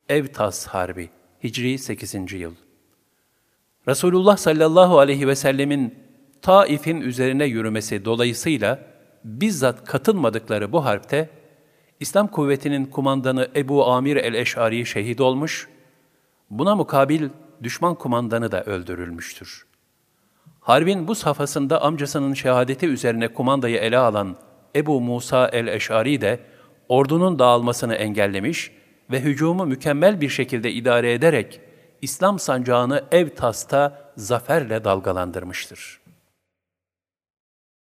Evtas Harbi, Hicri 8. yıl. Resulullah sallallahu aleyhi ve sellemin Taif'in üzerine yürümesi dolayısıyla bizzat katılmadıkları bu harpte İslam kuvvetinin kumandanı Ebu Amir el-Eş'ari şehit olmuş, buna mukabil düşman kumandanı da öldürülmüştür. Harbin bu safhasında amcasının şehadeti üzerine kumandayı ele alan Ebu Musa el-Eş'ari de ordunun dağılmasını engellemiş ve hücumu mükemmel bir şekilde idare ederek İslam sancağını Evtas'ta zaferle dalgalandırmıştır.